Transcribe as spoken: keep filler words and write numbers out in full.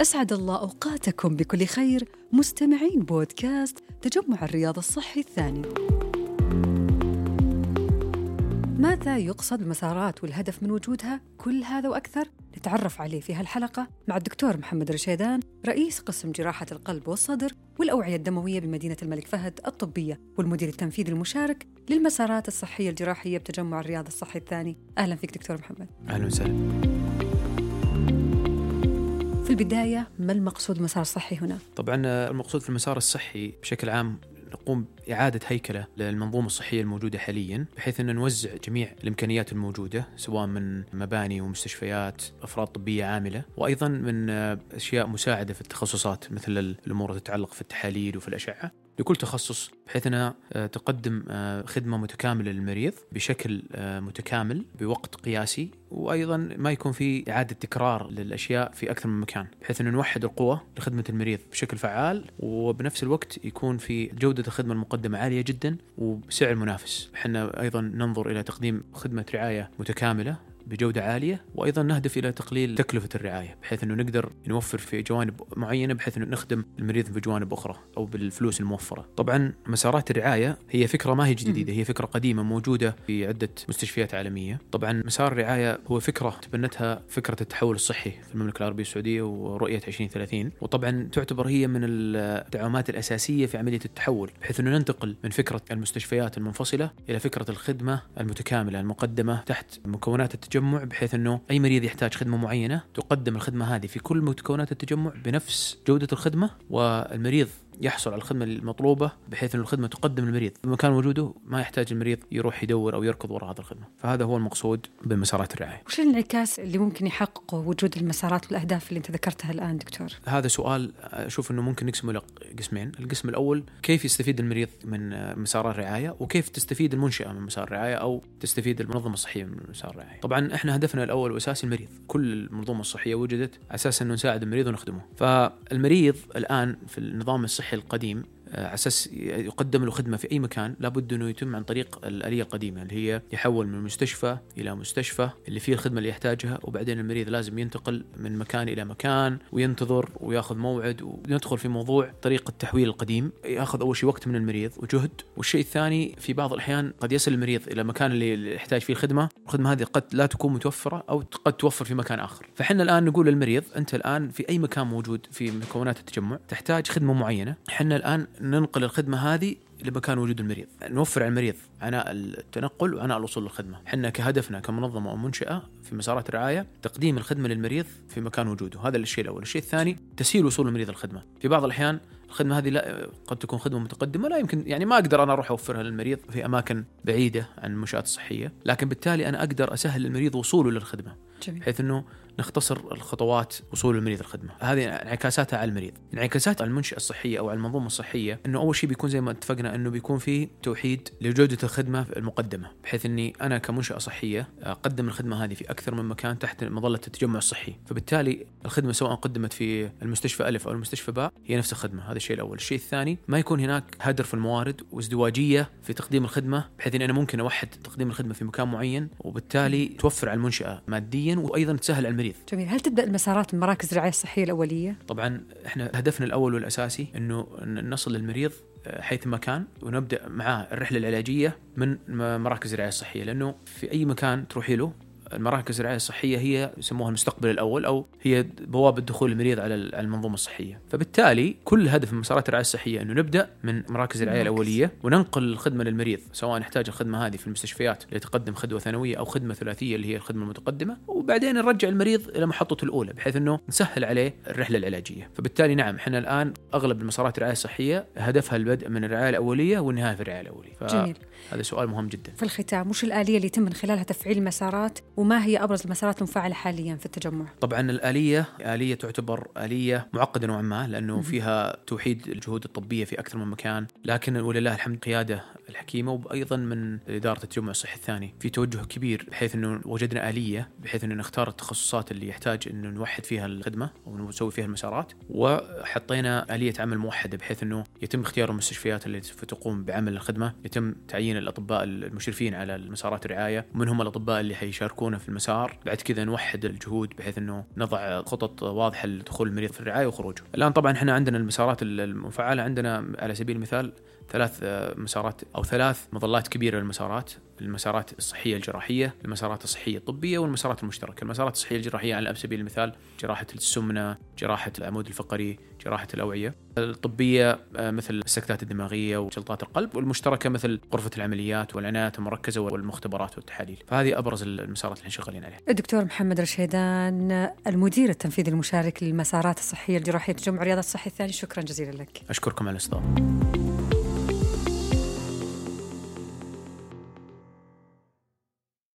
أسعد الله أوقاتكم بكل خير مستمعين بودكاست تجمع الرياض الصحي الثاني. ماذا يقصد بالمسارات والهدف من وجودها؟ كل هذا وأكثر نتعرف عليه في هالحلقة مع الدكتور محمد رشيدان، رئيس قسم جراحة القلب والصدر والأوعية الدموية بمدينة الملك فهد الطبية، والمدير التنفيذي المشارك للمسارات الصحية الجراحية بتجمع الرياض الصحي الثاني. أهلا فيك دكتور محمد. أهلا وسهلا. في البداية، ما المقصود بالمسار الصحي هنا؟ طبعا المقصود في المسار الصحي بشكل عام نقوم بإعادة هيكلة للمنظومة الصحية الموجودة حاليا، بحيث أن نوزع جميع الإمكانيات الموجودة سواء من مباني ومستشفيات، أفراد طبية عاملة، وأيضا من أشياء مساعدة في التخصصات مثل الأمور التي تتعلق في التحاليل وفي الأشعة لكل تخصص، بحيث أنها تقدم خدمة متكاملة للمريض بشكل متكامل بوقت قياسي، وأيضا ما يكون في إعادة تكرار للأشياء في أكثر من مكان، بحيث أن نوحد القوة لخدمة المريض بشكل فعال، وبنفس الوقت يكون في جودة الخدمة المقدمة عالية جدا وبسعر منافس. احنا أيضا ننظر إلى تقديم خدمة رعاية متكاملة بجودة عالية، وأيضا نهدف إلى تقليل تكلفة الرعاية، بحيث أنه نقدر نوفر في جوانب معينة بحيث أنه نخدم المريض بجوانب أخرى أو بالفلوس الموفرة. طبعا مسارات الرعاية هي فكرة ما هي جديدة، هي فكرة قديمة موجودة في عدة مستشفيات عالمية. طبعا مسار الرعاية هو فكرة تبنتها فكرة التحول الصحي في المملكة العربية السعودية ورؤية عشرين ثلاثين، وطبعا تعتبر هي من الدعامات الأساسية في عملية التحول، بحيث أنه ننتقل من فكرة المستشفيات المنفصلة إلى فكرة الخدمة المتكاملة المقدمة تحت مكونات التجمع، بحيث أنه أي مريض يحتاج خدمة معينة تقدم الخدمة هذه في كل مكونات التجمع بنفس جودة الخدمة، والمريض يحصل على الخدمة المطلوبة بحيث أن الخدمة تقدم للمريض بمكان وجوده، ما يحتاج المريض يروح يدور أو يركض وراء هذه الخدمة. فهذا هو المقصود بمسارات الرعاية. وش الانعكاس اللي ممكن يحققه وجود المسارات والأهداف اللي أنت ذكرتها الآن دكتور؟ هذا سؤال أشوف أنه ممكن نقسمه لقسمين. القسم الأول كيف يستفيد المريض من مسار الرعاية، وكيف تستفيد المنشأة من مسار الرعاية أو تستفيد المنظمة الصحية من مسار الرعاية. طبعا إحنا هدفنا الأول وأساسي المريض، كل المنظومة الصحية وجدت أساس أنه نساعد المريض ونخدمه. فالمريض الآن في النظام الصحي القديم أساس يقدم له خدمة في أي مكان لابد أنه يتم عن طريق الآلية القديمة اللي هي يحول من مستشفى إلى مستشفى اللي فيه الخدمة اللي يحتاجها، وبعدين المريض لازم ينتقل من مكان إلى مكان وينتظر ويأخذ موعد، وندخل في موضوع طريقة التحويل القديم يأخذ أول شيء وقت من المريض وجهد، والشيء الثاني في بعض الأحيان قد يصل المريض إلى المكان اللي يحتاج فيه الخدمة، الخدمة هذه قد لا تكون متوفرة أو قد توفر في مكان آخر. فحنا الآن نقول للمريض أنت الآن في أي مكان موجود في مكونات التجمع تحتاج خدمة معينة، حنا الآن ننقل الخدمة هذه لمكان وجود المريض، نوفر على المريض عناء التنقل وعناء الوصول للخدمة. حنا كهدفنا كمنظمة أو منشأة في مسارات الرعاية تقديم الخدمة للمريض في مكان وجوده، هذا الشيء الأول. الشيء الثاني تسهيل وصول المريض الخدمة. في بعض الأحيان الخدمة هذه لا قد تكون خدمة متقدمة لا يمكن يعني ما أقدر أنا أروح أوفرها للمريض في أماكن بعيدة عن المنشآت الصحية، لكن بالتالي أنا أقدر أسهل للمريض وصوله للخدمة، بحيث أنه نختصر الخطوات وصول المريض الخدمة. هذه انعكاساتها على المريض. انعكاسات على المنشأة الصحية أو على المنظومة الصحية أنه أول شيء بيكون زي ما اتفقنا أنه بيكون في توحيد لجودة الخدمة المقدمة، بحيث أني أنا كمنشأة صحية أقدم الخدمة هذه في أكثر من مكان تحت مظلة التجمع الصحي، فبالتالي الخدمة سواء قدمت في المستشفى ألف أو المستشفى باء هي نفس الخدمة. هذا الشيء الأول. الشيء الثاني ما يكون هناك هدر في الموارد وازدواجية في تقديم الخدمة، بحيث أني أنا ممكن أوحد تقديم الخدمة في مكان معين وبالتالي توفر على المنشأة ماديا وأيضا تسهل على المريض. جميل. هل تبدأ المسارات من مراكز الرعاية الصحية الأولية؟ طبعا احنا هدفنا الأول والأساسي أنه نصل للمريض حيث مكان ونبدأ معاه الرحلة العلاجية من مراكز الرعاية الصحية، لأنه في أي مكان تروحي له المراكز الرعاية الصحية هي يسموها المستقبل الأول أو هي بوابة دخول المريض على المنظومة الصحية. فبالتالي كل هدف من مسارات الرعاية الصحية أنه نبدأ من مراكز الرعاية الأولية وننقل الخدمة للمريض، سواء نحتاج الخدمة هذه في المستشفيات اللي تقدم خدمة ثانوية أو خدمة ثلاثية اللي هي الخدمة المتقدمة، وبعدين نرجع المريض إلى محطته الأولى بحيث أنه نسهل عليه الرحلة العلاجية. فبالتالي نعم إحنا الآن أغلب المسارات الرعاية الصحية هدفها البدء من الرعاية الأولية والنهاية في الرعاية الأولية. جميل. هذا سؤال مهم جدا. في الختام وش الآلية اللي يتم من خلالها تفعيل المسارات، وما هي أبرز المسارات المفعلة حاليا في التجمع؟ طبعا الآلية آلية تعتبر آلية معقدة نوعا ما، لأنه فيها توحيد الجهود الطبية في أكثر من مكان، لكن ولله الحمد قيادة الحكيمة وأيضا من إدارة التجمع الصحي الثاني في توجه كبير، بحيث أنه وجدنا آلية بحيث أنه نختار التخصصات اللي يحتاج أنه نوحد فيها الخدمة أو نسوي فيها المسارات، وحطينا آلية عمل موحدة بحيث أنه يتم اختيار المستشفيات اللي تقوم بعمل الخدمة، يتم تعيين الأطباء المشرفين على المسارات الرعاية ومنهم الأطباء اللي حيشاركونا في المسار. بعد كذا نوحد الجهود بحيث أنه نضع خطط واضحة لدخول المريض في الرعاية وخروجه. الآن طبعا احنا عندنا المسارات المفعلة، عندنا على سبيل المثال ثلاث مسارات أو ثلاث مظلات كبيرة للمسارات: المسارات الصحية الجراحية، المسارات الصحية الطبية، والمسارات المشتركة. المسارات الصحية الجراحية على سبيل المثال جراحة السمنة، جراحة العمود الفقري، جراحة الأوعية. الطبية مثل السكتات الدماغية وجلطات القلب، والمشتركة مثل غرفة العمليات والعنايات المركزة والمختبرات والتحاليل. فهذه أبرز المسارات اللي شغالين عليها. الدكتور محمد رشيدان، المدير التنفيذي المشارك للمسارات الصحية الجراحية تجمع رياض الصحي الثاني، شكرا جزيلا لك. أشكركم على الاستضافة.